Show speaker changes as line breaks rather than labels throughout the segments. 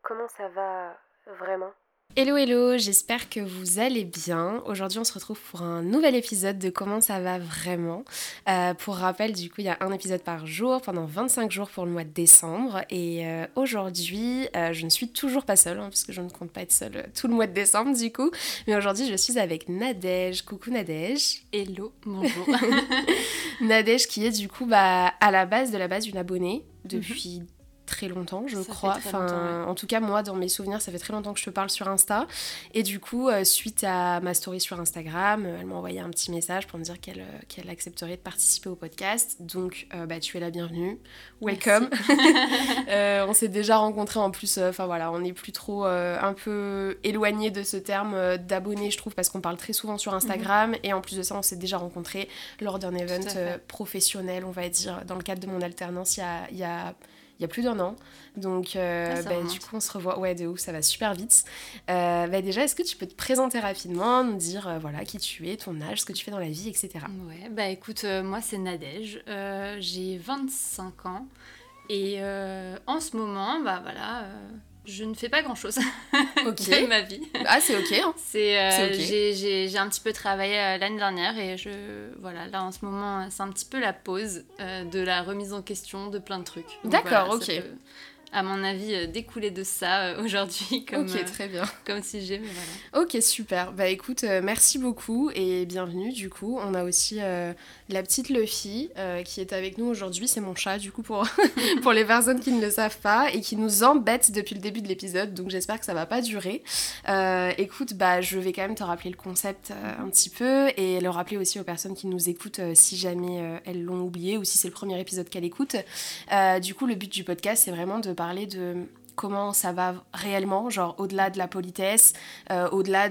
Comment ça va vraiment?
Hello hello, j'espère que vous allez bien. Aujourd'hui on se retrouve pour un nouvel épisode de Comment ça va vraiment. Pour rappel, du coup il y a un épisode par jour pendant 25 jours pour le mois de décembre. Et aujourd'hui je ne suis toujours pas seule, parce que je ne compte pas être seule tout le mois de décembre du coup. Mais aujourd'hui je suis avec Nadège. Coucou Nadège.
Hello, bonjour.
Nadège qui est du coup à la base une abonnée depuis très longtemps, je crois.
Fait très longtemps, ouais.
En tout cas, moi, dans mes souvenirs, ça fait très longtemps que je te parle sur Insta. Et du coup, suite à ma story sur Instagram, elle m'a envoyé un petit message pour me dire qu'elle accepterait de participer au podcast. Donc, tu es la bienvenue. Welcome. On s'est déjà rencontrés en plus. Voilà, on n'est plus trop un peu éloigné de ce terme d'abonné, je trouve, parce qu'on parle très souvent sur Instagram. Et en plus de ça, on s'est déjà rencontrés lors d'un event professionnel, on va dire, dans le cadre de mon alternance il y a plus d'1 an. Donc, du coup, on se revoit. Ouais, de ouf, ça va super vite. Déjà, est-ce que tu peux te présenter rapidement, nous dire qui tu es, ton âge, ce que tu fais dans la vie, etc.
Ouais, écoute, moi c'est Nadège, j'ai 25 ans et en ce moment, je ne fais pas grand-chose de ma vie.
Ah, c'est ok. Hein.
C'est okay. J'ai un petit peu travaillé l'année dernière et là en ce moment, c'est un petit peu la pause de la remise en question de plein de trucs. Donc,
d'accord, ok.
Ça peut, à mon avis, découler de ça aujourd'hui
très bien.
Comme sujet, mais voilà.
Ok, super. Écoute, merci beaucoup et bienvenue. Du coup, on a aussi la petite Luffy qui est avec nous aujourd'hui. C'est mon chat, du coup, pour les personnes qui ne le savent pas et qui nous embête depuis le début de l'épisode. Donc, j'espère que ça va pas durer. Écoute, je vais quand même te rappeler le concept un petit peu et le rappeler aussi aux personnes qui nous écoutent si jamais elles l'ont oublié ou si c'est le premier épisode qu'elles écoutent. Du coup, le but du podcast, c'est vraiment de parler de comment ça va réellement, genre au-delà de la politesse, au-delà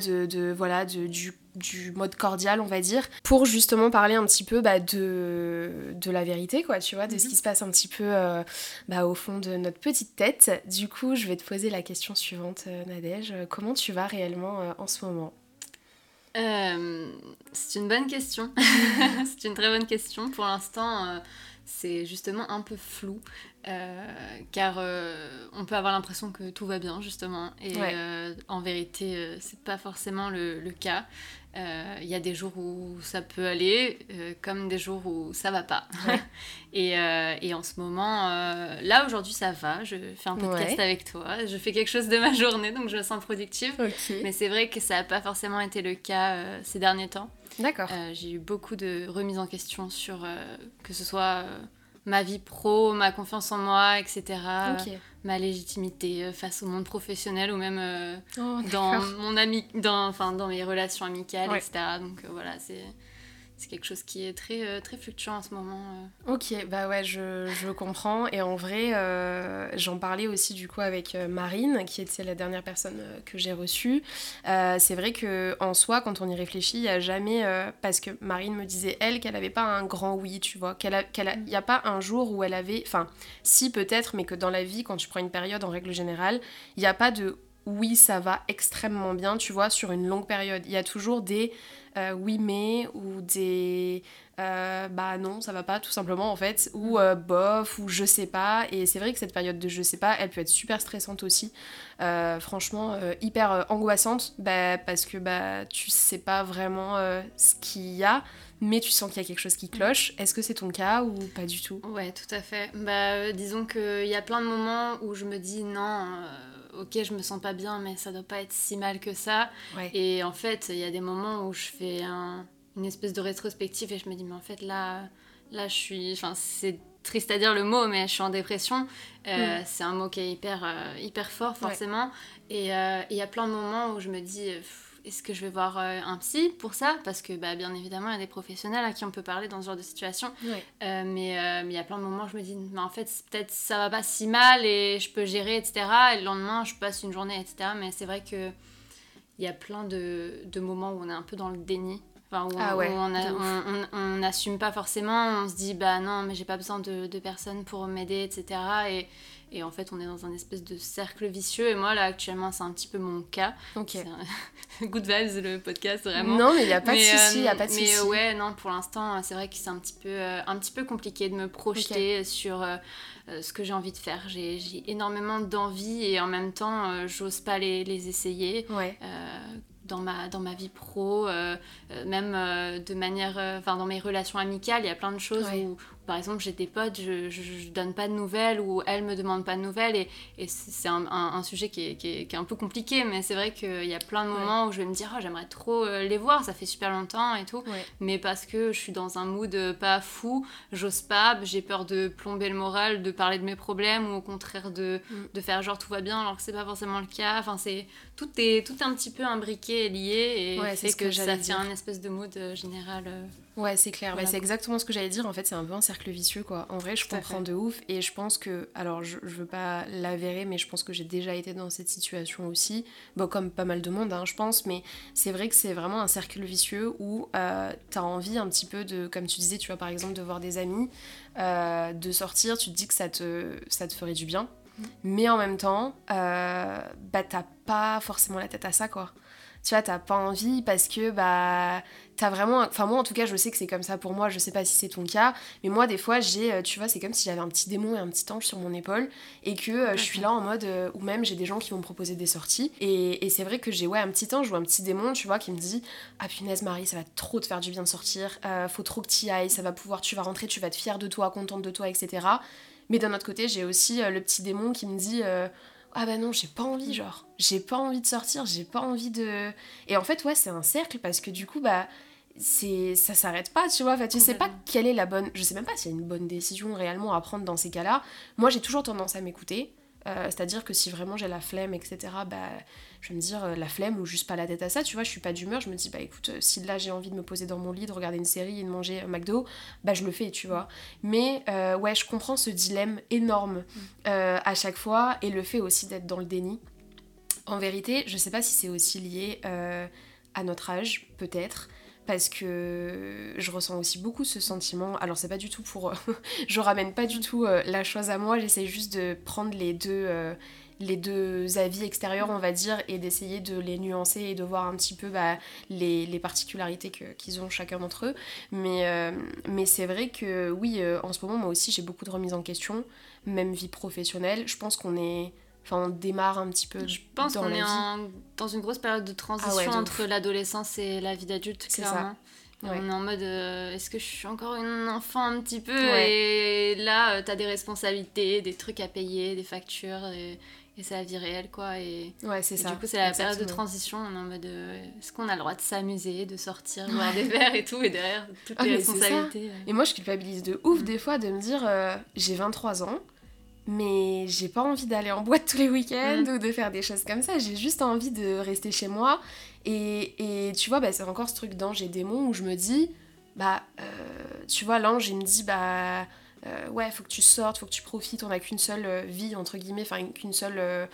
du mode cordial, on va dire, pour justement parler un petit peu de la vérité, quoi, tu vois, de ce qui se passe un petit peu au fond de notre petite tête. Du coup, je vais te poser la question suivante, Nadège. Comment tu vas réellement en ce moment ?
C'est une bonne question. C'est une très bonne question. Pour l'instant, c'est justement un peu flou. Car on peut avoir l'impression que tout va bien, justement. Et en vérité, c'est pas forcément le cas. Il y a des jours où ça peut aller, comme des jours où ça va pas. Ouais. Et en ce moment, là aujourd'hui ça va, je fais un podcast avec toi, je fais quelque chose de ma journée, donc je me sens productive. Okay. Mais c'est vrai que ça n'a pas forcément été le cas ces derniers temps.
D'accord.
J'ai eu beaucoup de remises en question sur que ce soit ma vie pro, ma confiance en moi, etc. Okay. Ma légitimité face au monde professionnel ou même dans mes relations amicales, etc. Donc voilà, c'est quelque chose qui est très, très fluctuant en ce moment.
Ok, je comprends. Et en vrai, j'en parlais aussi du coup avec Marine, qui était la dernière personne que j'ai reçue. C'est vrai qu'en soi, quand on y réfléchit, il n'y a jamais... parce que Marine me disait, elle, qu'elle n'avait pas un grand oui, tu vois. Il n'y a pas un jour où elle avait... Enfin, si peut-être, mais que dans la vie, quand tu prends une période en règle générale, il n'y a pas de... Oui, ça va extrêmement bien, tu vois, sur une longue période. Il y a toujours des oui mais ou des non, ça va pas tout simplement en fait, ou bof, ou je sais pas. Et c'est vrai que cette période de je sais pas, elle peut être super stressante aussi. Franchement, hyper angoissante, parce que tu sais pas vraiment ce qu'il y a, mais tu sens qu'il y a quelque chose qui cloche. Est-ce que c'est ton cas ou pas du tout ?
Ouais, tout à fait. Disons qu'il y a plein de moments où je me dis non, ok, je me sens pas bien, mais ça doit pas être si mal que ça. Ouais. Et en fait, il y a des moments où je fais une espèce de rétrospective et je me dis, mais en fait, là je suis... Enfin, c'est triste à dire le mot, mais je suis en dépression. C'est un mot qui est hyper fort, forcément. Ouais. Et il y a plein de moments où je me dis... Est-ce que je vais voir un psy pour ça ? Parce que bien évidemment, il y a des professionnels à qui on peut parler dans ce genre de situation. Ouais. Mais il y a plein de moments où je me dis, mais en fait, peut-être ça va pas si mal et je peux gérer, etc. Et le lendemain, je passe une journée, etc. Mais c'est vrai qu'il y a plein de moments où on est un peu dans le déni. Enfin, où,
Ah ouais,
où on n'assume pas forcément, on se dit bah non mais j'ai pas besoin de personne pour m'aider, etc. Et en fait on est dans un espèce de cercle vicieux, et moi là actuellement c'est un petit peu mon cas.
Ok.
Good vibes le podcast vraiment.
Non mais il n'y a pas de souci, il n'y a pas de
mais
souci.
ouais, non, pour l'instant c'est vrai que c'est un petit peu compliqué de me projeter sur ce que j'ai envie de faire. J'ai énormément d'envie et en même temps j'ose pas les essayer.
Ouais.
Dans ma vie pro, même de manière... Enfin, dans mes relations amicales, il y a plein de choses où, par exemple, j'ai des potes, je donne pas de nouvelles, ou elles me demandent pas de nouvelles, et c'est un sujet qui est un peu compliqué, mais c'est vrai qu'il y a plein de moments où je vais me dire, oh, j'aimerais trop les voir, ça fait super longtemps et tout, mais parce que je suis dans un mood pas fou, j'ose pas, j'ai peur de plomber le moral, de parler de mes problèmes, ou au contraire de faire genre tout va bien, alors que c'est pas forcément le cas. Enfin, tout est un petit peu imbriqué et lié, et fait que ça tient un espèce de mood général.
Ouais, c'est clair.
Voilà.
C'est exactement ce que j'allais dire. En fait, c'est un peu un cercle vicieux, quoi. En vrai, je comprends de ouf. Et je pense que... Alors, je veux pas l'avérer, mais je pense que j'ai déjà été dans cette situation aussi. Bon, comme pas mal de monde, hein, je pense. Mais c'est vrai que c'est vraiment un cercle vicieux où t'as envie un petit peu de... Comme tu disais, tu vois, par exemple, de voir des amis, de sortir. Tu te dis que ça te ferait du bien. Mais en même temps, bah, t'as pas forcément la tête à ça, quoi. Tu vois, t'as pas envie parce que bah t'as vraiment... Enfin moi en tout cas je sais que c'est comme ça pour moi, je sais pas si c'est ton cas, mais moi des fois j'ai, tu vois, c'est comme si j'avais un petit démon et un petit ange sur mon épaule et que je suis là en mode... ou même j'ai des gens qui vont me proposer des sorties et c'est vrai que j'ai un petit ange ou un petit démon, tu vois, qui me dit « Ah punaise Marie, ça va trop te faire du bien de sortir, faut trop que t'y ailles, ça va pouvoir... Tu vas rentrer, tu vas être fière de toi, contente de toi, etc. » Mais d'un autre côté j'ai aussi le petit démon qui me dit... ah bah non, j'ai pas envie, genre. J'ai pas envie de sortir, j'ai pas envie de... Et en fait, ouais, c'est un cercle parce que du coup, bah, ça s'arrête pas, tu vois. Enfin, tu sais pas quelle est la bonne... Je sais même pas s'il y a une bonne décision réellement à prendre dans ces cas-là. Moi, j'ai toujours tendance à m'écouter. C'est-à-dire que si vraiment j'ai la flemme, etc., bah, je vais me dire la flemme ou juste pas la tête à ça, tu vois, je suis pas d'humeur, je me dis, bah écoute, si là j'ai envie de me poser dans mon lit, de regarder une série et de manger un McDo, bah je le fais, tu vois. Mais ouais, je comprends ce dilemme énorme à chaque fois et le fait aussi d'être dans le déni. En vérité, je sais pas si c'est aussi lié à notre âge, peut-être, parce que je ressens aussi beaucoup ce sentiment. Alors c'est pas du tout pour... je ramène pas du tout la chose à moi, j'essaie juste de prendre les deux avis extérieurs, on va dire, et d'essayer de les nuancer et de voir un petit peu bah, les particularités qu'ils ont chacun d'entre eux. Mais c'est vrai que oui, en ce moment, moi aussi, j'ai beaucoup de remises en question, même vie professionnelle. Je pense qu'on est... Enfin, on démarre un petit peu.
Je pense qu'on est dans une grosse période de transition entre l'adolescence et la vie d'adulte, clairement. On est en mode, est-ce que je suis encore une enfant un petit peu et là, t'as des responsabilités, des trucs à payer, des factures, et c'est la vie réelle, quoi.
Ouais, c'est ça.
Du coup, c'est la période de transition. On est en mode, est-ce qu'on a le droit de s'amuser, de sortir, boire des verres et tout, et derrière, toutes les responsabilités.
Et moi, je culpabilise de ouf des fois de me dire, j'ai 23 ans, mais j'ai pas envie d'aller en boîte tous les week-ends ou de faire des choses comme ça, j'ai juste envie de rester chez moi et tu vois, bah, c'est encore ce truc d'ange et démon où je me dis, bah, tu vois, l'ange il me dit, bah, ouais, faut que tu sortes, faut que tu profites, on a qu'une seule vie, entre guillemets, enfin qu'une seule...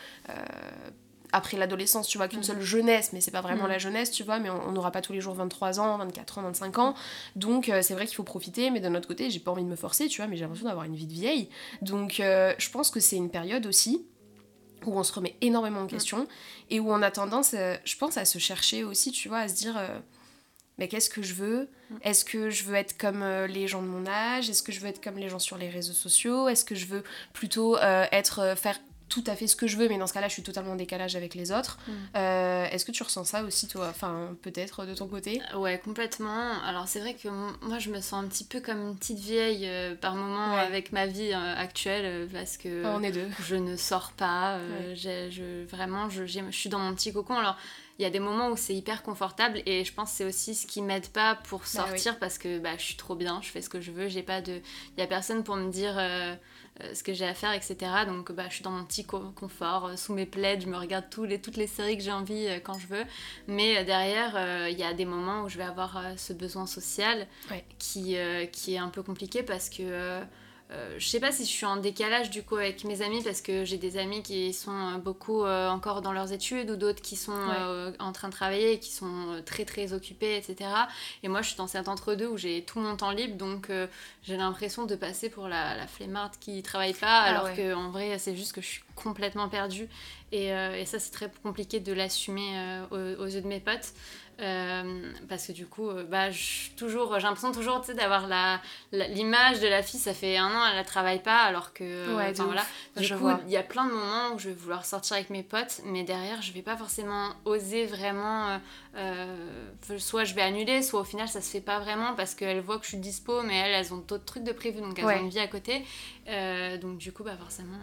après l'adolescence, tu vois, qu'une seule jeunesse, mais c'est pas vraiment la jeunesse, tu vois, mais on n'aura pas tous les jours 23 ans, 24 ans, 25 ans, donc c'est vrai qu'il faut profiter, mais d'un autre côté, j'ai pas envie de me forcer, tu vois, mais j'ai l'impression d'avoir une vie de vieille, donc je pense que c'est une période aussi où on se remet énormément en question, et où on a tendance, je pense, à se chercher aussi, tu vois, à se dire... mais qu'est-ce que je veux ? Est-ce que je veux être comme les gens de mon âge ? Est-ce que je veux être comme les gens sur les réseaux sociaux ? Est-ce que je veux plutôt faire tout à fait ce que je veux, mais dans ce cas-là, je suis totalement en décalage avec les autres. Est-ce que tu ressens ça aussi, toi ? Enfin, peut-être de ton côté ?
Ouais, complètement. Alors, c'est vrai que moi, je me sens un petit peu comme une petite vieille par moment avec ma vie actuelle, parce que
on est deux.
Je ne sors pas. Vraiment, je suis dans mon petit cocon. Alors, il y a des moments où c'est hyper confortable, et je pense que c'est aussi ce qui m'aide pas pour sortir, parce que je suis trop bien, je fais ce que je veux, il y a personne pour me dire ce que j'ai à faire, etc. Donc je suis dans mon petit confort, sous mes plaids, je me regarde toutes les séries que j'ai envie quand je veux, mais derrière il y a des moments où je vais avoir ce besoin social qui est un peu compliqué, parce que je sais pas si je suis en décalage du coup avec mes amis, parce que j'ai des amis qui sont beaucoup encore dans leurs études, ou d'autres qui sont en train de travailler et qui sont très très occupés, etc. Et moi je suis dans cet entre-deux où j'ai tout mon temps libre, donc j'ai l'impression de passer pour la flemmarde qui travaille pas, alors qu'en vrai c'est juste que je suis complètement perdue, et ça c'est très compliqué de l'assumer aux yeux de mes potes. Parce que du coup j'ai l'impression toujours d'avoir l'image de la fille, ça fait 1 an elle travaille pas, alors que voilà. Du coup il y a plein de moments où je vais vouloir sortir avec mes potes, mais derrière je vais pas forcément oser vraiment, soit je vais annuler, soit au final ça se fait pas vraiment parce qu'elles voient que je suis dispo, mais elles ont d'autres trucs de prévu, donc elles ont une vie à côté, donc du coup c'est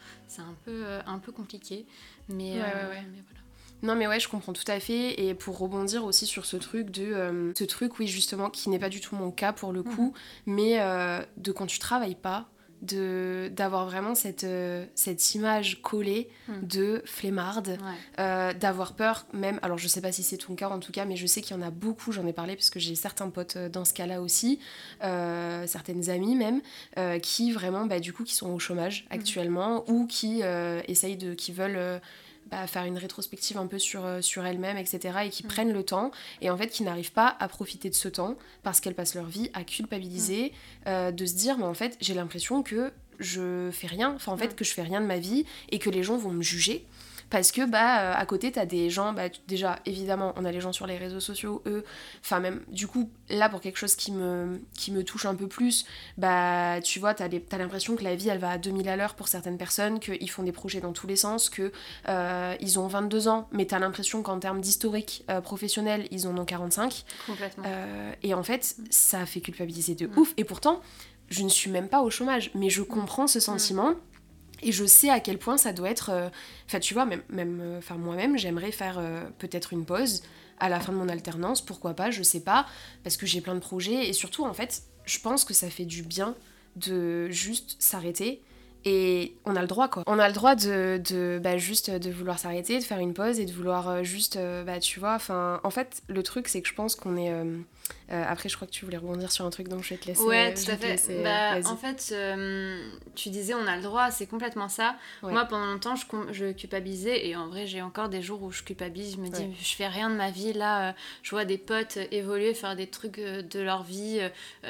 un peu compliqué, mais voilà.
Non mais ouais, je comprends tout à fait, et pour rebondir aussi sur ce truc oui justement, qui n'est pas du tout mon cas pour le coup, mais de quand tu travailles pas, d'avoir vraiment cette image collée de flemmarde, d'avoir peur même, alors je sais pas si c'est ton cas en tout cas, mais je sais qu'il y en a beaucoup, j'en ai parlé parce que j'ai certains potes dans ce cas-là aussi, certaines amies même, qui vraiment du coup qui sont au chômage actuellement, ou qui veulent faire une rétrospective un peu sur elles-mêmes, etc., et qui prennent le temps, et en fait qui n'arrivent pas à profiter de ce temps parce qu'elles passent leur vie à culpabiliser, de se dire mais en fait j'ai l'impression que je fais rien, que je fais rien de ma vie et que les gens vont me juger. Parce que à côté t'as des gens, déjà évidemment on a les gens sur les réseaux sociaux, même du coup là pour quelque chose qui me touche un peu plus, tu vois t'as l'impression que la vie elle va à 2000 à l'heure pour certaines personnes, qu'ils font des projets dans tous les sens, que ils ont 22 ans, mais t'as l'impression qu'en termes d'historique professionnel ils en ont 45.
Complètement.
Et en fait ça fait culpabiliser de ouf, et pourtant je ne suis même pas au chômage, mais je comprends ce sentiment. Et je sais à quel point ça doit être... tu vois, même moi-même, j'aimerais faire peut-être une pause à la fin de mon alternance, pourquoi pas, je sais pas, parce que j'ai plein de projets. Et surtout, en fait, je pense que ça fait du bien de juste s'arrêter. Et on a le droit, quoi. On a le droit juste de vouloir s'arrêter, de faire une pause et de vouloir tu vois... En fait, le truc, c'est que je pense qu'on est... après, je crois que tu voulais rebondir sur un truc, donc je vais te laisser.
Ouais, tout à fait. En fait, tu disais on a le droit, c'est complètement ça. Ouais. Moi, pendant longtemps, je culpabilisais, et en vrai, j'ai encore des jours où je culpabilise. Je me dis, je fais rien de ma vie. Là, je vois des potes évoluer, faire des trucs de leur vie,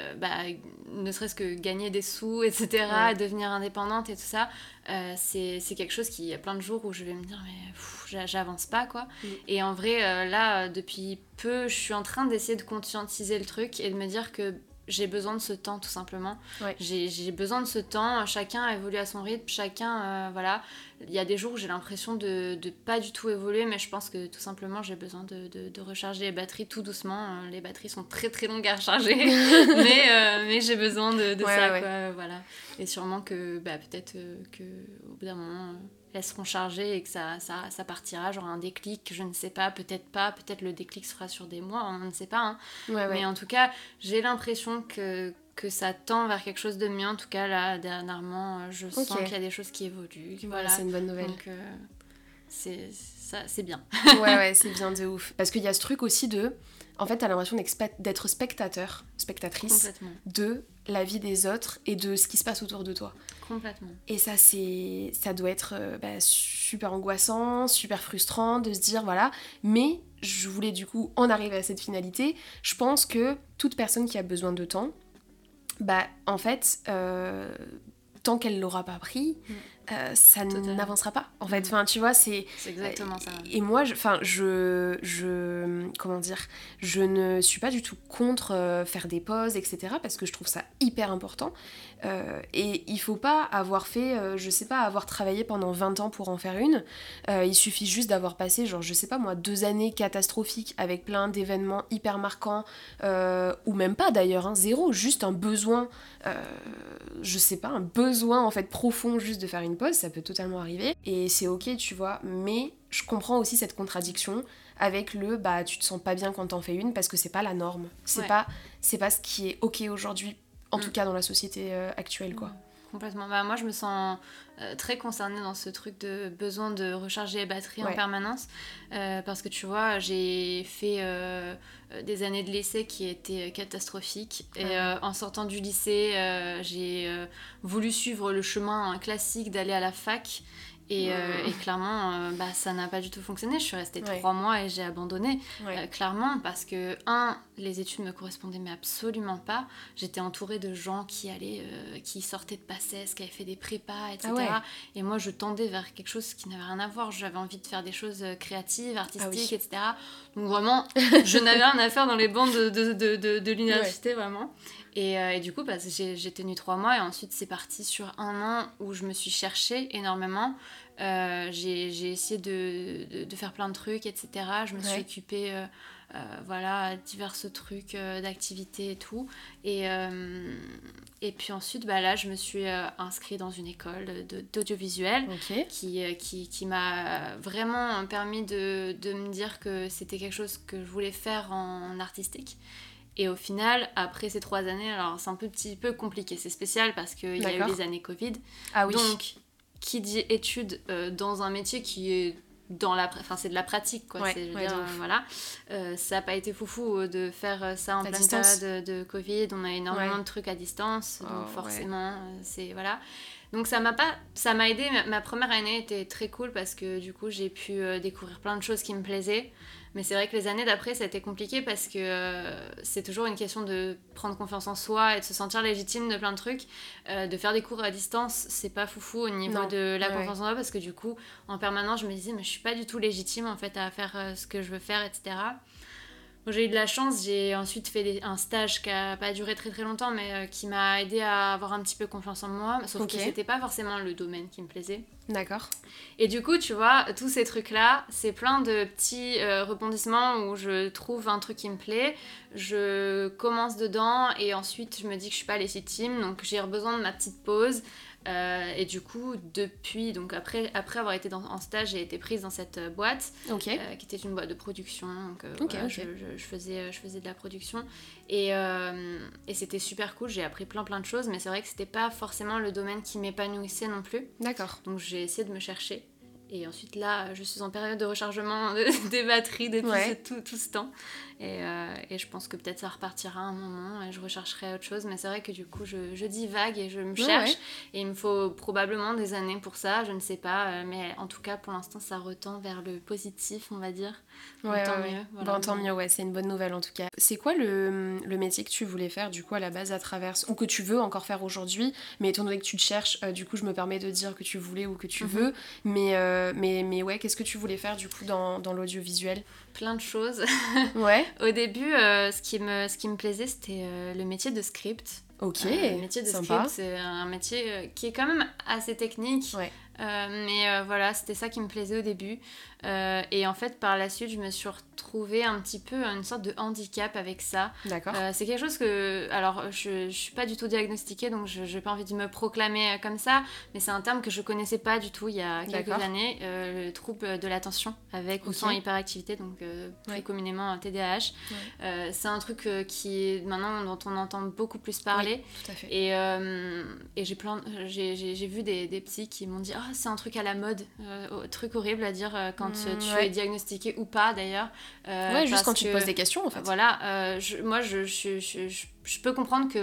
ne serait-ce que gagner des sous, etc., devenir indépendante et tout ça. C'est quelque chose qui, il y a plein de jours où je vais me dire mais j'avance pas, quoi. Et en vrai là depuis peu je suis en train d'essayer de conscientiser le truc et de me dire que j'ai besoin de ce temps, tout simplement. J'ai besoin de ce temps, chacun évolue à son rythme, chacun voilà. Il y a des jours où j'ai l'impression de pas du tout évoluer, mais je pense que tout simplement j'ai besoin de recharger les batteries tout doucement. Les batteries sont très très longues à recharger, mais j'ai besoin de ça, quoi, voilà. Et sûrement que peut-être que au bout d'un moment elles seront chargées et que ça partira, genre un déclic, je ne sais pas, peut-être le déclic se fera sur des mois, on ne sait pas, hein. Mais en tout cas j'ai l'impression que ça tend vers quelque chose de mieux. En tout cas là dernièrement je sens qu'il y a des choses qui évoluent, voilà.
C'est une bonne nouvelle,
donc c'est bien.
ouais c'est bien de ouf, parce qu'il y a ce truc aussi en fait t'as l'impression d'être spectatrice de la vie des autres et de ce qui se passe autour de toi.
Complètement.
Et ça doit être super angoissant, super frustrant de se dire voilà. Mais je voulais du coup en arriver à cette finalité. Je pense que toute personne qui a besoin de temps, en fait, tant qu'elle l'aura pas pris, ça n'avancera pas, en fait. Enfin, tu vois, c'est
exactement ça.
Et moi, comment dire, je ne suis pas du tout contre faire des pauses, etc., parce que je trouve ça hyper important. Et il faut pas avoir fait, avoir travaillé pendant 20 ans pour en faire une. Il suffit juste d'avoir passé, 2 années catastrophiques avec plein d'événements hyper marquants, ou même pas d'ailleurs, hein, zéro, juste un besoin, un besoin en fait profond juste de faire une pause, ça peut totalement arriver. Et c'est ok, tu vois, mais je comprends aussi cette contradiction avec tu te sens pas bien quand t'en fais une, parce que c'est pas la norme. C'est pas ce qui est ok aujourd'hui, en tout cas dans la société actuelle, quoi.
complètement. Bah, moi, je me sens très concernée dans ce truc de besoin de recharger les batteries en permanence. Parce que tu vois, j'ai fait des années de lycée qui étaient catastrophiques. Et en sortant du lycée, j'ai voulu suivre le chemin classique d'aller à la fac. Et clairement, ça n'a pas du tout fonctionné. Je suis restée 3 mois et j'ai abandonné. Clairement, parce que, les études me correspondaient mais absolument pas. J'étais entourée de gens qui sortaient de PACES, qui avaient fait des prépas, etc. Et moi, je tendais vers quelque chose qui n'avait rien à voir. J'avais envie de faire des choses créatives, artistiques, etc. Donc vraiment, je n'avais rien à faire dans les bancs de l'université, vraiment. Et du coup, j'ai tenu 3 mois et ensuite c'est parti sur 1 an où je me suis cherchée énormément. J'ai essayé de faire plein de trucs, etc. Je me suis occupée à divers trucs d'activités et tout. Et puis ensuite, là, je me suis inscrite dans une école d'audiovisuel qui m'a vraiment permis de me dire que c'était quelque chose que je voulais faire en artistique. Et au final, après ces 3 années, alors c'est un petit peu compliqué, c'est spécial parce qu'il y a eu les années Covid. Donc, qui dit études dans un métier qui est c'est de la pratique, quoi. Ça n'a pas été foufou de faire ça en pleine période de Covid. On a énormément de trucs à distance, donc forcément, c'est... Voilà. Donc ça m'a aidé. Ma première année était très cool parce que du coup, j'ai pu découvrir plein de choses qui me plaisaient. Mais c'est vrai que les années d'après, ça a été compliqué parce que c'est toujours une question de prendre confiance en soi et de se sentir légitime de plein de trucs. De faire des cours à distance, c'est pas foufou au niveau de la confiance en soi parce que du coup, en permanence, je me disais, mais je suis pas du tout légitime en fait à faire ce que je veux faire, etc. Bon, j'ai eu de la chance, j'ai ensuite fait un stage qui n'a pas duré très très longtemps, mais qui m'a aidé à avoir un petit peu confiance en moi, sauf que c'était pas forcément le domaine qui me plaisait.
D'accord.
Et du coup, tu vois, tous ces trucs-là, c'est plein de petits rebondissements où je trouve un truc qui me plaît, je commence dedans et ensuite je me dis que je suis pas légitime, donc j'ai besoin de ma petite pause. Et du coup, donc après avoir été en stage, j'ai été prise dans cette boîte qui était une boîte de production. Donc, je faisais de la production et c'était super cool. J'ai appris plein de choses, mais c'est vrai que c'était pas forcément le domaine qui m'épanouissait non plus.
D'accord.
Donc j'ai essayé de me chercher. Et ensuite là, je suis en période de rechargement des batteries depuis tout ce temps. Et je pense que peut-être ça repartira un moment et je rechercherai autre chose. Mais c'est vrai que du coup, je divague et je me cherche. Et il me faut probablement des années pour ça, je ne sais pas. Mais en tout cas, pour l'instant, ça retend vers le positif, on va dire. Tant mieux. Voilà.
Bon, tant mieux, c'est une bonne nouvelle en tout cas. C'est quoi le métier que tu voulais faire du coup à la base ou que tu veux encore faire aujourd'hui? Mais étant donné que tu te cherches, du coup, je me permets de dire que tu voulais ou que tu veux. Mais qu'est-ce que tu voulais faire du coup dans l'audiovisuel?
Plein de choses. Au début, ce qui me plaisait, c'était le métier de script. Le métier de script, c'est un métier qui est quand même assez technique. Mais voilà, c'était ça qui me plaisait au début. Et en fait, par la suite, je me suis retrouvée un petit peu une sorte de handicap avec ça.
D'accord.
C'est quelque chose que... Alors, je suis pas du tout diagnostiquée, donc je n'ai pas envie de me proclamer comme ça, mais c'est un terme que je connaissais pas du tout il y a quelques années. Le trouble de l'attention avec ou sans hyperactivité, donc plus communément TDAH. C'est un truc qui, maintenant, dont on entend beaucoup plus parler.
Oui, tout à fait.
Et j'ai vu des psys qui m'ont dit « Ah, c'est un truc à la mode, truc horrible à dire quand tu es diagnostiqué ou pas d'ailleurs. »
juste quand tu te poses des questions en fait.
Voilà, moi je peux comprendre que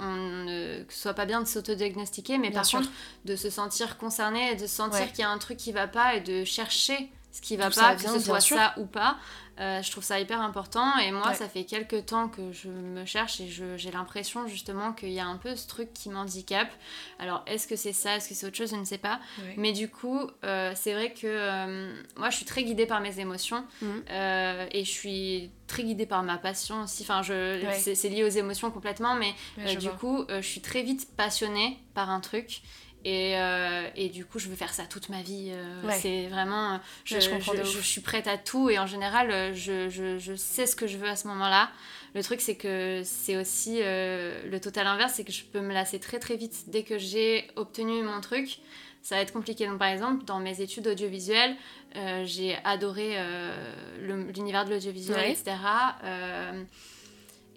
ce soit pas bien de s'auto-diagnostiquer, mais par contre de se sentir concerné et de sentir qu'il y a un truc qui va pas et de chercher ce qui va pas, que ce soit ça ou pas. Je trouve ça hyper important et moi ça fait quelques temps que je me cherche et j'ai l'impression justement qu'il y a un peu ce truc qui m'handicape. Alors est-ce que c'est ça, est-ce que c'est autre chose, je ne sais pas, mais du coup c'est vrai que moi je suis très guidée par mes émotions et je suis très guidée par ma passion aussi, enfin c'est lié aux émotions complètement, mais du coup je suis très vite passionnée par un truc. Et du coup je veux faire ça toute ma vie, c'est vraiment je suis prête à tout et en général je sais ce que je veux à ce moment là. Le truc c'est que c'est aussi le total inverse, c'est que je peux me lasser très très vite dès que j'ai obtenu mon truc. Ça va être compliqué. Donc par exemple dans mes études audiovisuelles j'ai adoré l'univers de l'audiovisuel, etc.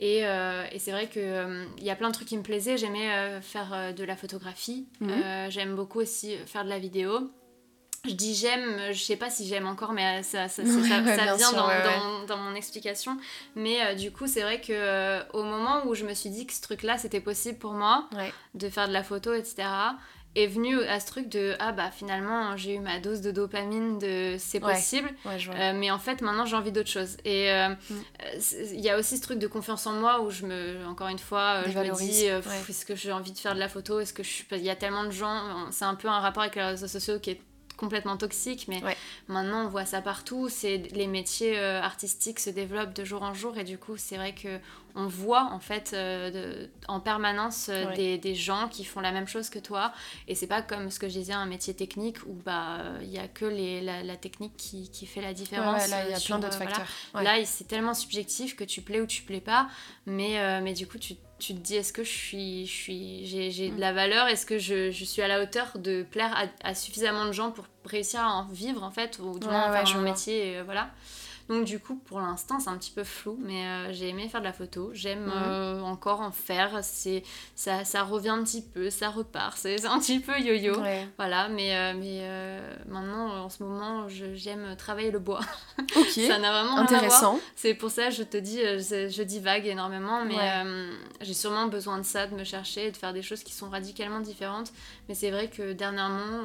Et c'est vrai que il y a plein de trucs qui me plaisaient. J'aimais faire de la photographie. J'aime beaucoup aussi faire de la vidéo. Je dis j'aime, je sais pas si j'aime encore, mais ça vient sûr, dans mon explication. Mais du coup, c'est vrai que au moment où je me suis dit que ce truc-là, c'était possible pour moi, de faire de la photo, etc., est venu à ce truc de finalement j'ai eu ma dose de dopamine de c'est possible, mais en fait maintenant j'ai envie d'autre chose. Et il y a aussi ce truc de confiance en moi où encore une fois je me dis est-ce que j'ai envie de faire de la photo, est-ce que il y a tellement de gens, c'est un peu un rapport avec les réseaux sociaux qui est complètement toxique, mais maintenant on voit ça partout, les métiers artistiques se développent de jour en jour, et du coup c'est vrai que on voit en fait en permanence des gens qui font la même chose que toi, et c'est pas comme ce que je disais, un métier technique où il y a que la technique qui fait la différence.
Là il y a plein d'autres facteurs.
Là c'est tellement subjectif que tu plais ou tu plais pas, mais du coup tu te dis est-ce que j'ai de la valeur, est-ce que je suis à la hauteur de plaire à suffisamment de gens pour réussir à en vivre en fait, ou du moins faire mon métier, et voilà. Donc du coup pour l'instant c'est un petit peu flou, mais j'ai aimé faire de la photo, j'aime encore en faire, ça revient un petit peu, ça repart, c'est un petit peu yo-yo, voilà, mais maintenant en ce moment j'aime travailler le bois. Ça n'a vraiment rien à voir. C'est pour ça je te dis, je divague énormément, mais j'ai sûrement besoin de ça, de me chercher et de faire des choses qui sont radicalement différentes, mais c'est vrai que dernièrement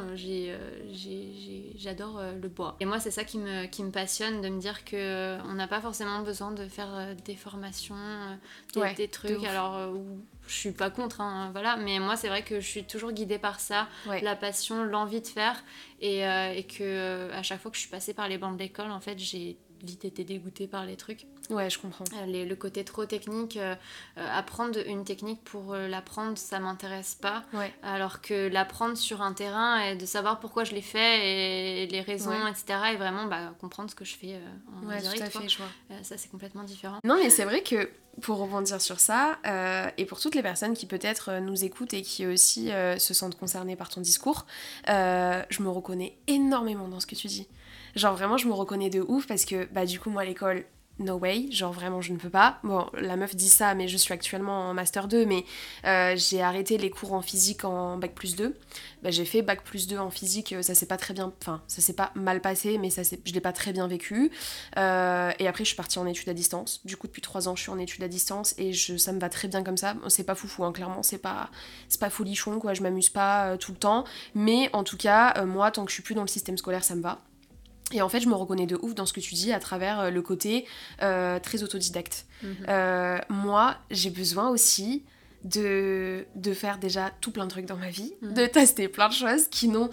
j'adore le bois, et moi c'est ça qui me passionne, de me dire que on n'a pas forcément besoin de faire des formations, des trucs, alors je suis pas contre, voilà, mais moi c'est vrai que je suis toujours guidée par ça, la passion, l'envie de faire, et que à chaque fois que je suis passée par les bancs de l'école, en fait j'ai vite été dégoûtée par les trucs.
Ouais, je comprends.
Le côté trop technique, apprendre une technique pour l'apprendre, ça m'intéresse pas. Alors que l'apprendre sur un terrain et de savoir pourquoi je l'ai fait et les raisons, etc., et vraiment comprendre ce que je fais en direct.
Tout à fait, je vois.
Ça, c'est complètement différent.
Non, mais c'est vrai que pour rebondir sur ça, et pour toutes les personnes qui peut-être nous écoutent et qui aussi se sentent concernées par ton discours, je me reconnais énormément dans ce que tu dis. Genre vraiment, je me reconnais de ouf parce que du coup, moi, à l'école, no way, genre vraiment je ne peux pas. Bon, la meuf dit ça, mais je suis actuellement en Master 2, mais j'ai arrêté les cours en physique en Bac plus 2. J'ai fait Bac plus 2 en physique, ça s'est pas très bien, enfin ça s'est pas mal passé, mais je l'ai pas très bien vécu. Et après je suis partie en études à distance. Du coup depuis 3 ans je suis en études à distance et ça me va très bien comme ça. C'est pas foufou, clairement, c'est pas folichon, quoi, je m'amuse pas tout le temps. Mais en tout cas, moi tant que je suis plus dans le système scolaire, ça me va. Et en fait, je me reconnais de ouf dans ce que tu dis à travers le côté très autodidacte. Moi, j'ai besoin aussi de faire déjà tout plein de trucs dans ma vie, de tester plein de choses qui ont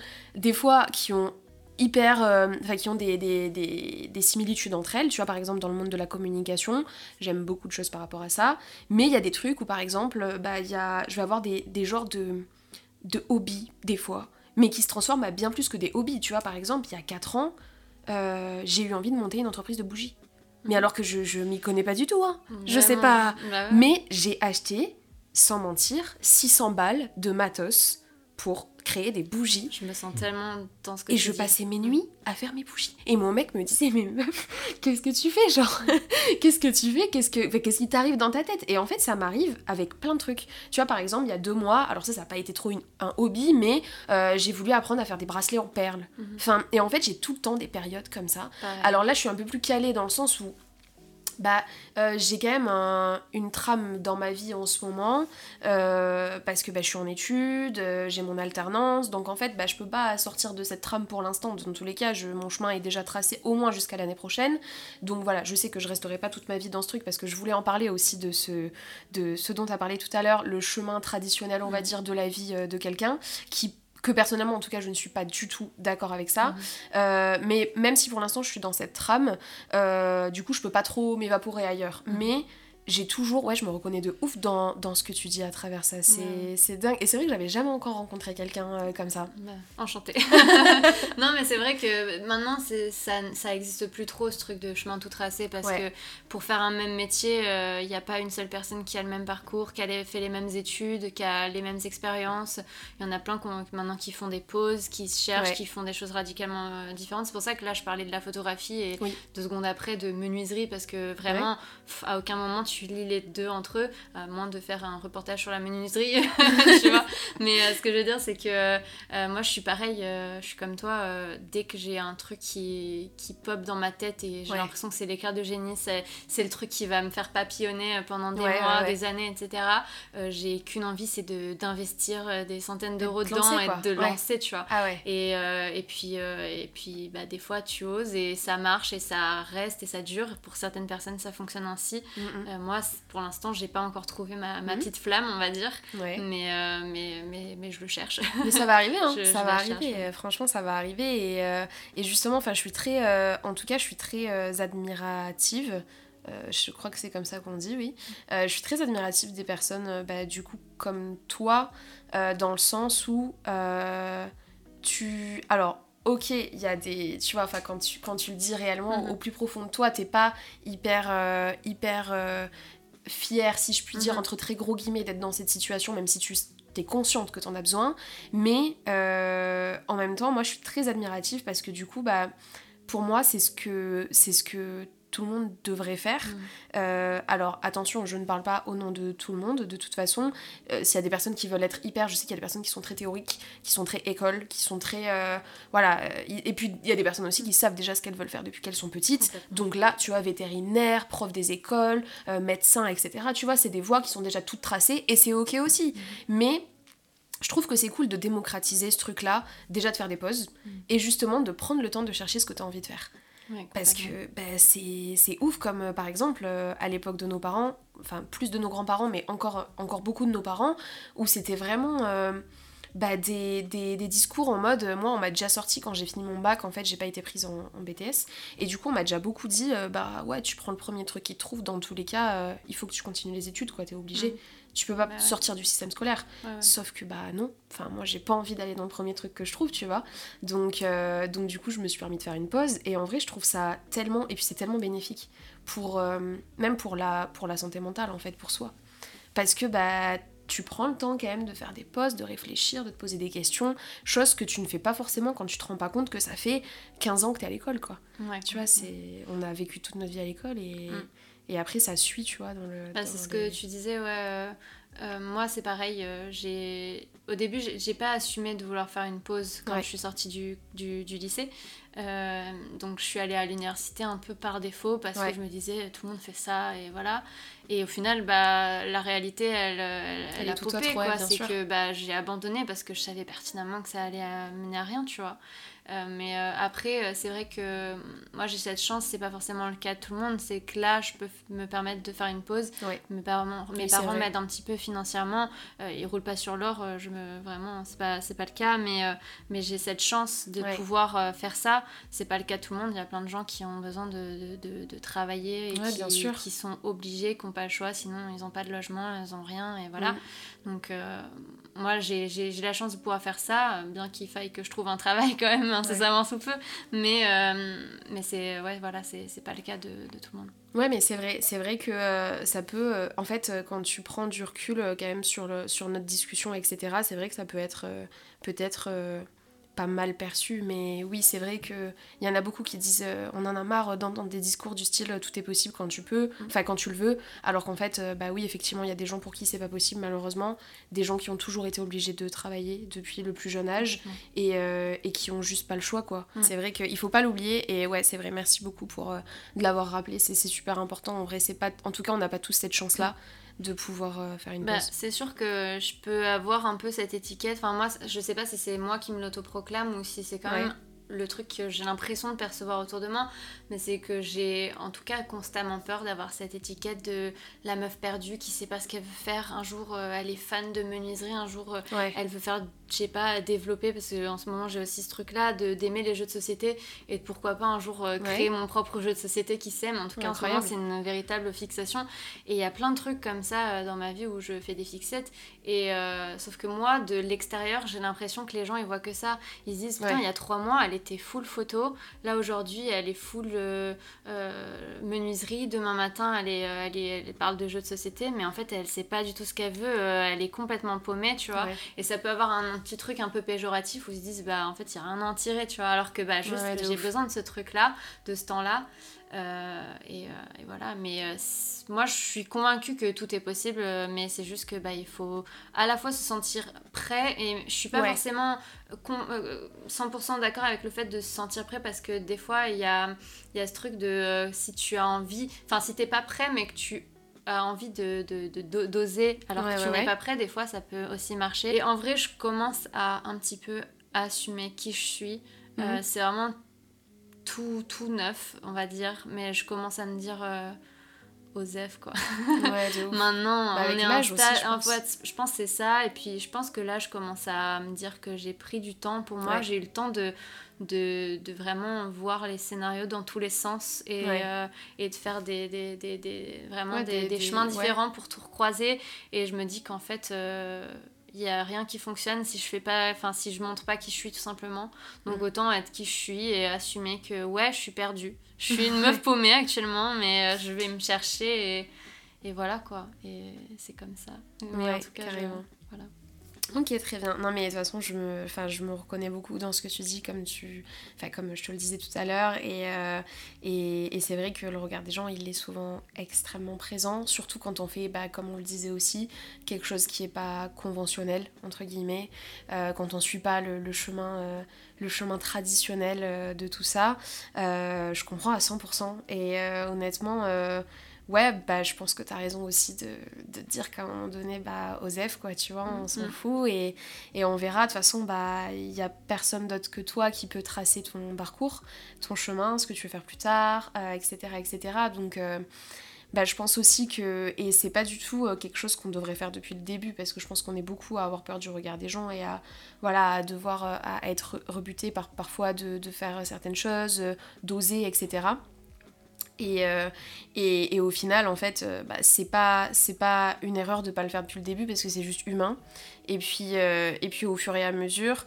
qui ont des similitudes entre elles. Tu vois, par exemple, dans le monde de la communication, j'aime beaucoup de choses par rapport à ça. Mais il y a des trucs où, par exemple, je vais avoir des genres de hobbies, des fois, mais qui se transforment à bien plus que des hobbies. Tu vois, par exemple, il y a 4 ans, j'ai eu envie de monter une entreprise de bougies. Mais alors que je m'y connais pas du tout, je sais pas. Mais j'ai acheté, sans mentir, 600 balles de matos pour créer des bougies.
Je me sens tellement dans ce que tu dis.
Et je passais mes nuits à faire mes bougies. Et mon mec me disait, mais meuf, qu'est-ce que tu fais, genre qu'est-ce que tu fais, qu'est-ce qui t'arrive dans ta tête? Et en fait, ça m'arrive avec plein de trucs. Tu vois, par exemple, il y a 2 mois, alors ça n'a pas été trop un hobby, mais j'ai voulu apprendre à faire des bracelets en perles. Et en fait, j'ai tout le temps des périodes comme ça. Alors là, je suis un peu plus calée dans le sens où j'ai quand même une trame dans ma vie en ce moment, parce que je suis en études, j'ai mon alternance, donc en fait je peux pas sortir de cette trame pour l'instant. Dans tous les cas, mon chemin est déjà tracé au moins jusqu'à l'année prochaine, donc voilà, je sais que je resterai pas toute ma vie dans ce truc, parce que je voulais en parler aussi de ce dont tu as parlé tout à l'heure, le chemin traditionnel, on va dire, de la vie de quelqu'un que personnellement en tout cas je ne suis pas du tout d'accord avec ça, mais même si pour l'instant je suis dans cette trame, du coup je peux pas trop m'évaporer ailleurs, mais j'ai toujours, je me reconnais de ouf dans ce que tu dis à travers ça, c'est dingue, et c'est vrai que j'avais jamais encore rencontré quelqu'un comme ça.
Enchantée. Non mais c'est vrai que maintenant ça existe plus trop, ce truc de chemin tout tracé, parce que pour faire un même métier, il n'y a pas une seule personne qui a le même parcours, qui a fait les mêmes études, qui a les mêmes expériences. Il y en a plein maintenant qui font des pauses, qui se cherchent, qui font des choses radicalement différentes. C'est pour ça que là je parlais de la photographie et 2 secondes après de menuiserie, parce que vraiment à aucun moment tu lis les deux entre eux, à moins de faire un reportage sur la menuiserie, tu vois. Mais ce que je veux dire, c'est que moi, je suis pareil, je suis comme toi, dès que j'ai un truc qui pop dans ma tête et j'ai l'impression que c'est l'éclair de génie, c'est le truc qui va me faire papillonner pendant des mois, des années, etc. J'ai qu'une envie, c'est d'investir des centaines d'euros dedans et de lancer, tu vois. Et puis bah, des fois, tu oses et ça marche et ça reste et ça dure. Pour certaines personnes, ça fonctionne ainsi. Moi, pour l'instant, j'ai pas encore trouvé ma petite flamme, on va dire. Mais je le cherche.
Mais ça va arriver, hein. Ça va arriver. Franchement, ça va arriver. Et justement, je suis très... en tout cas, je suis très admirative. Je crois que c'est comme ça qu'on dit, oui. Je suis très admirative des personnes, du coup, comme toi, dans le sens où Alors, ok, il y a des... Tu vois, quand tu le dis réellement, au plus profond de toi, t'es pas hyper fière, si je puis dire, entre très gros guillemets, d'être dans cette situation, même si t'es consciente que t'en as besoin. Mais en même temps, moi, je suis très admirative parce que du coup, pour moi, c'est ce que tout le monde devrait faire. Alors attention, je ne parle pas au nom de tout le monde, de toute façon. S'il y a des personnes qui veulent être hyper, je sais qu'il y a des personnes qui sont très théoriques, qui sont très école, qui sont très... voilà. Et puis il y a des personnes aussi qui savent déjà ce qu'elles veulent faire depuis qu'elles sont petites. Donc là, tu vois, vétérinaire, prof des écoles, médecin, etc. Tu vois, c'est des voies qui sont déjà toutes tracées et c'est ok aussi. Mais je trouve que c'est cool de démocratiser ce truc-là, déjà de faire des pauses, et justement de prendre le temps de chercher ce que tu as envie de faire. Parce que c'est ouf, comme par exemple à l'époque de nos parents, enfin plus de nos grands-parents, mais encore beaucoup de nos parents, où c'était vraiment des discours en mode, moi on m'a déjà sorti quand j'ai fini mon bac, en fait j'ai pas été prise en BTS, et du coup on m'a déjà beaucoup dit, ouais tu prends le premier truc qui te trouve, dans tous les cas il faut que tu continues les études, quoi, t'es obligé. Tu peux pas sortir du système scolaire. Sauf que non, enfin moi j'ai pas envie d'aller dans le premier truc que je trouve, tu vois. Donc du coup je me suis permis de faire une pause et en vrai je trouve ça tellement, et puis c'est tellement bénéfique pour même pour la santé mentale en fait, pour soi. Parce que tu prends le temps quand même de faire des pauses, de réfléchir, de te poser des questions, chose que tu ne fais pas forcément quand tu te rends pas compte que ça fait 15 ans que t'es à l'école, quoi. Tu vois, on a vécu toute notre vie à l'école et après ça suit, tu vois, dans le...
c'est ce que tu disais, moi c'est pareil, au début j'ai pas assumé de vouloir faire une pause quand je suis sortie du lycée, donc je suis allée à l'université un peu par défaut parce que je me disais tout le monde fait ça et voilà, et au final la réalité elle a popé, quoi. C'est sûr. Que j'ai abandonné parce que je savais pertinemment que ça allait mener à rien, tu vois. Mais après c'est vrai que moi j'ai cette chance, c'est pas forcément le cas de tout le monde, c'est que là je peux me permettre de faire une pause. Mes parents m'aident un petit peu financièrement, ils roulent pas sur l'or, vraiment c'est pas le cas, mais j'ai cette chance de pouvoir faire ça. C'est pas le cas de tout le monde, il y a plein de gens qui ont besoin de travailler et qui sont obligés, qui n'ont pas le choix, sinon ils ont pas de logement, ils ont rien, et voilà. Donc moi j'ai la chance de pouvoir faire ça, bien qu'il faille que je trouve un travail quand même incessamment sous peu, mais c'est c'est pas le cas de tout le monde.
Ouais, mais c'est vrai que ça peut... en fait, quand tu prends du recul quand même sur notre discussion, etc., c'est vrai que ça peut être peut-être pas mal perçu, mais oui, c'est vrai qu'il y en a beaucoup qui disent on en a marre d'entendre des discours du style tout est possible quand tu peux, enfin quand tu le veux, alors qu'en fait, oui, effectivement, il y a des gens pour qui c'est pas possible, malheureusement, des gens qui ont toujours été obligés de travailler depuis le plus jeune âge et qui ont juste pas le choix, quoi. C'est vrai qu'il faut pas l'oublier, et ouais, c'est vrai, merci beaucoup pour de l'avoir rappelé, c'est super important, en vrai, c'est pas... En tout cas, on n'a pas tous cette chance-là de pouvoir faire une pause.
C'est sûr que je peux avoir un peu cette étiquette, enfin moi je sais pas si c'est moi qui me l'autoproclame ou si c'est quand même le truc que j'ai l'impression de percevoir autour de moi, mais c'est que j'ai en tout cas constamment peur d'avoir cette étiquette de la meuf perdue qui sait pas ce qu'elle veut faire. Un jour elle est fan de menuiserie, un jour elle veut faire, je sais pas, développer, parce qu'en ce moment j'ai aussi ce truc là d'aimer les jeux de société et de pourquoi pas un jour créer mon propre jeu de société, qui sait, mais en tout cas en ce moment c'est une véritable fixation, et il y a plein de trucs comme ça dans ma vie où je fais des fixettes, et sauf que moi de l'extérieur j'ai l'impression que les gens ils voient que ça, ils se disent putain il y a 3 mois elle était full photo, là aujourd'hui elle est full menuiserie, demain matin elle parle de jeux de société, mais en fait elle sait pas du tout ce qu'elle veut, elle est complètement paumée, tu vois, et ça peut avoir un petit truc un peu péjoratif où ils se disent en fait il n'y a rien à en tirer, tu vois, alors que juste j'ai
ouf.
besoin de ce truc-là, de ce temps-là. Et voilà, mais moi je suis convaincue que tout est possible, mais c'est juste que il faut à la fois se sentir prêt, et je suis pas forcément 100% d'accord avec le fait de se sentir prêt, parce que des fois il y a ce truc de si tu as envie, enfin si t'es pas prêt mais que tu as envie d'oser alors que tu n'es pas prêt, des fois ça peut aussi marcher. Et en vrai je commence à un petit peu assumer qui je suis. C'est vraiment tout neuf, on va dire, mais je commence à me dire Osef, quoi.
Ouais, de ouf.
Maintenant, on est
l'âge aussi, je pense.
je pense que c'est ça, et puis je pense que là, je commence à me dire que j'ai pris du temps pour moi, j'ai eu le temps de vraiment voir les scénarios dans tous les sens, et de faire vraiment des chemins différents pour tout recroiser, et je me dis qu'en fait... il n'y a rien qui fonctionne si je montre pas qui je suis, tout simplement. Donc autant être qui je suis et assumer que je suis perdue. Je suis une meuf paumée actuellement, mais je vais me chercher, et voilà quoi. Et c'est comme ça. Mais en tout cas,
carrément.
Voilà.
Ok, très bien. Non, mais de toute façon, je me reconnais beaucoup dans ce que tu dis, comme je te le disais tout à l'heure. Et c'est vrai que le regard des gens, il est souvent extrêmement présent, surtout quand on fait, comme on le disait aussi, quelque chose qui n'est pas conventionnel, entre guillemets, quand on ne suit pas le chemin traditionnel de tout ça. Je comprends à 100%. Et honnêtement... je pense que t'as raison aussi de dire qu'à un moment donné, Osef, quoi, tu vois, on s'en fout, et on verra. De toute façon, il y a personne d'autre que toi qui peut tracer ton parcours, ton chemin, ce que tu veux faire plus tard, etc., etc. Donc, je pense aussi que, et c'est pas du tout quelque chose qu'on devrait faire depuis le début, parce que je pense qu'on est beaucoup à avoir peur du regard des gens, et à devoir à être rebuté parfois de faire certaines choses, d'oser, etc. Et au final, en fait, c'est pas une erreur de pas le faire depuis le début, parce que c'est juste humain. Et puis au fur et à mesure,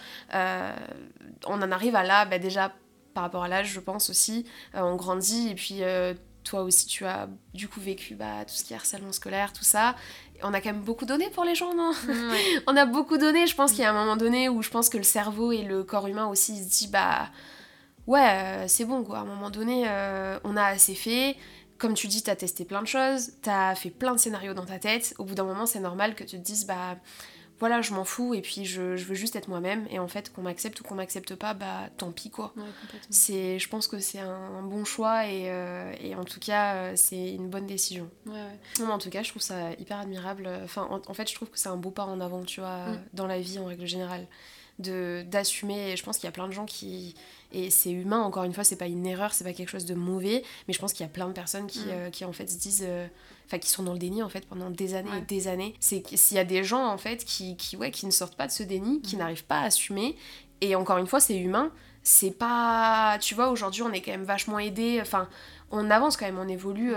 on en arrive à là, déjà par rapport à l'âge, je pense aussi, on grandit, et puis toi aussi tu as du coup vécu tout ce qui est harcèlement scolaire, tout ça. Et on a quand même beaucoup donné pour les gens, non ? On a beaucoup donné. Je pense qu'il y a un moment donné où je pense que le cerveau et le corps humain aussi, il se dit c'est bon quoi, à un moment donné, on a assez fait. Comme tu dis, t'as testé plein de choses, t'as fait plein de scénarios dans ta tête. Au bout d'un moment, c'est normal que tu te dises, voilà, je m'en fous, et puis je veux juste être moi-même. Et en fait, qu'on m'accepte ou qu'on m'accepte pas, tant pis quoi. Je pense que c'est un bon choix, et en tout cas, c'est une bonne décision. Non, mais en tout cas, je trouve ça hyper admirable. Enfin, en fait, je trouve que c'est un beau pas en avant, tu vois, dans la vie en règle générale. D'assumer. Et je pense qu'il y a plein de gens qui... Et c'est humain, encore une fois, c'est pas une erreur, c'est pas quelque chose de mauvais, mais je pense qu'il y a plein de personnes qui en fait se disent... qui sont dans le déni en fait pendant des années et des années. C'est s'il y a des gens en fait qui ne sortent pas de ce déni, qui n'arrivent pas à assumer, et encore une fois, c'est humain. C'est pas... Tu vois, aujourd'hui, on est quand même vachement aidés, enfin... On avance quand même, on évolue,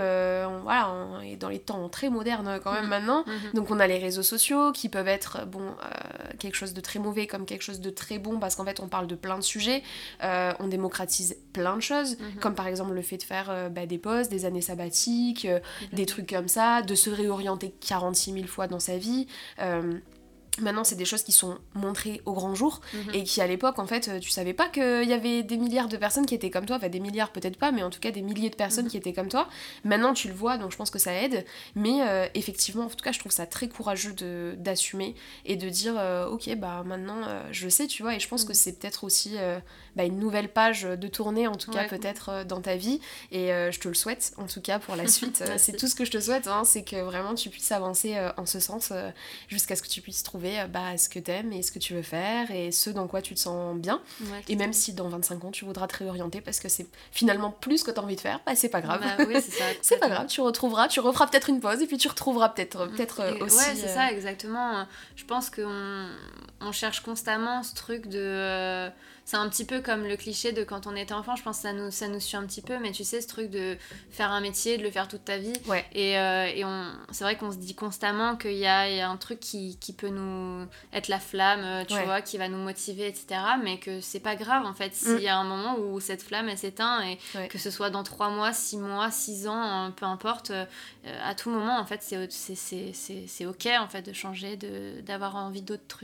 on est dans les temps très modernes quand même maintenant. Donc on a les réseaux sociaux qui peuvent être quelque chose de très mauvais comme quelque chose de très bon, parce qu'en fait on parle de plein de sujets, on démocratise plein de choses, comme par exemple le fait de faire des pauses, des années sabbatiques, des trucs comme ça, de se réorienter 46 000 fois dans sa vie. Maintenant, c'est des choses qui sont montrées au grand jour, et qui à l'époque, en fait, tu savais pas qu'il y avait des milliards de personnes qui étaient comme toi, enfin des milliards peut-être pas, mais en tout cas des milliers de personnes qui étaient comme toi. Maintenant, tu le vois, donc je pense que ça aide, mais effectivement, en tout cas, je trouve ça très courageux d'assumer et de dire ok, maintenant je sais, tu vois, et je pense que c'est peut-être aussi une nouvelle page de tourner, en tout cas peut-être dans ta vie, et je te le souhaite en tout cas pour la suite. C'est tout ce que je te souhaite, hein, c'est que vraiment tu puisses avancer en ce sens, jusqu'à ce que tu puisses trouver ce que t'aimes et ce que tu veux faire et ce dans quoi tu te sens bien, et même si dans 25 ans tu voudras te réorienter parce que c'est finalement plus ce que t'as envie de faire, c'est pas grave.
Oui, c'est ça,
c'est pas grave, tu referas peut-être une pause, et puis tu retrouveras peut-être aussi...
Ouais, c'est ça, exactement. Je pense qu'on cherche constamment ce truc de... c'est un petit peu comme le cliché de quand on était enfant, je pense que ça nous suit un petit peu, mais tu sais, ce truc de faire un métier, de le faire toute ta vie. Et c'est vrai qu'on se dit constamment qu'il y a un truc qui peut nous être la flamme, tu vois, qui va nous motiver, etc. Mais que c'est pas grave, en fait, s'il y a un moment où cette flamme, elle s'éteint, et que ce soit dans 3 mois, 6 mois, 6 ans, peu importe, à tout moment, en fait, c'est ok, en fait, de changer, d'avoir envie d'autres trucs.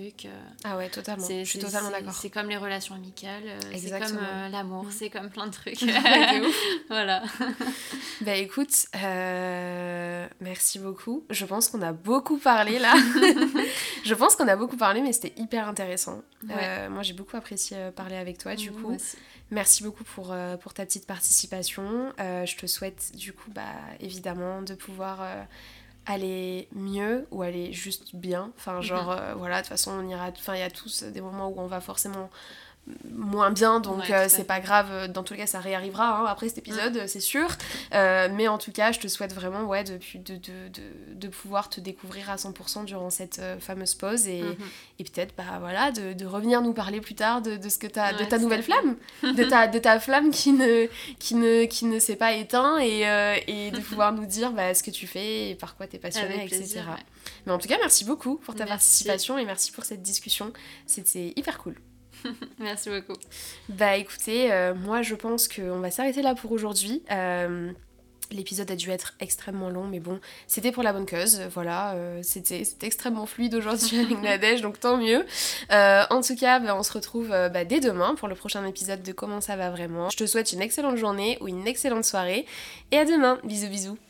Ah ouais, totalement. Je suis totalement d'accord.
C'est comme les relations amicales, c'est comme l'amour, c'est comme plein de trucs.
De ouf.
Voilà.
Bah écoute, merci beaucoup. Je pense qu'on a beaucoup parlé là. Je pense qu'on a beaucoup parlé, mais c'était hyper intéressant. Ouais. Moi, j'ai beaucoup apprécié parler avec toi, du coup. Merci beaucoup pour ta petite participation. Je te souhaite, du coup, évidemment, de pouvoir aller mieux ou aller juste bien. Enfin, genre, voilà, de toute façon, on ira... Enfin, il y a tous des moments où on va forcément moins bien, donc c'est pas grave, dans tous les cas ça réarrivera après cet épisode, c'est sûr, mais en tout cas je te souhaite vraiment de pouvoir te découvrir à 100% durant cette fameuse pause et peut-être voilà de revenir nous parler plus tard de ce que de ta nouvelle flamme, de ta flamme qui ne s'est pas éteinte et de pouvoir nous dire ce que tu fais et par quoi t'es passionnée, etc. Plaisir, ouais. Mais en tout cas merci beaucoup pour ta participation et merci pour cette discussion, c'était hyper cool.
Merci beaucoup.
Écoutez, moi je pense qu'on va s'arrêter là pour aujourd'hui. L'épisode a dû être extrêmement long, mais bon, c'était pour la bonne cause, voilà, c'était extrêmement fluide aujourd'hui avec Nadège, donc tant mieux. En tout cas, on se retrouve dès demain pour le prochain épisode de Comment ça va vraiment. Je te souhaite une excellente journée ou une excellente soirée, et à demain, bisous bisous.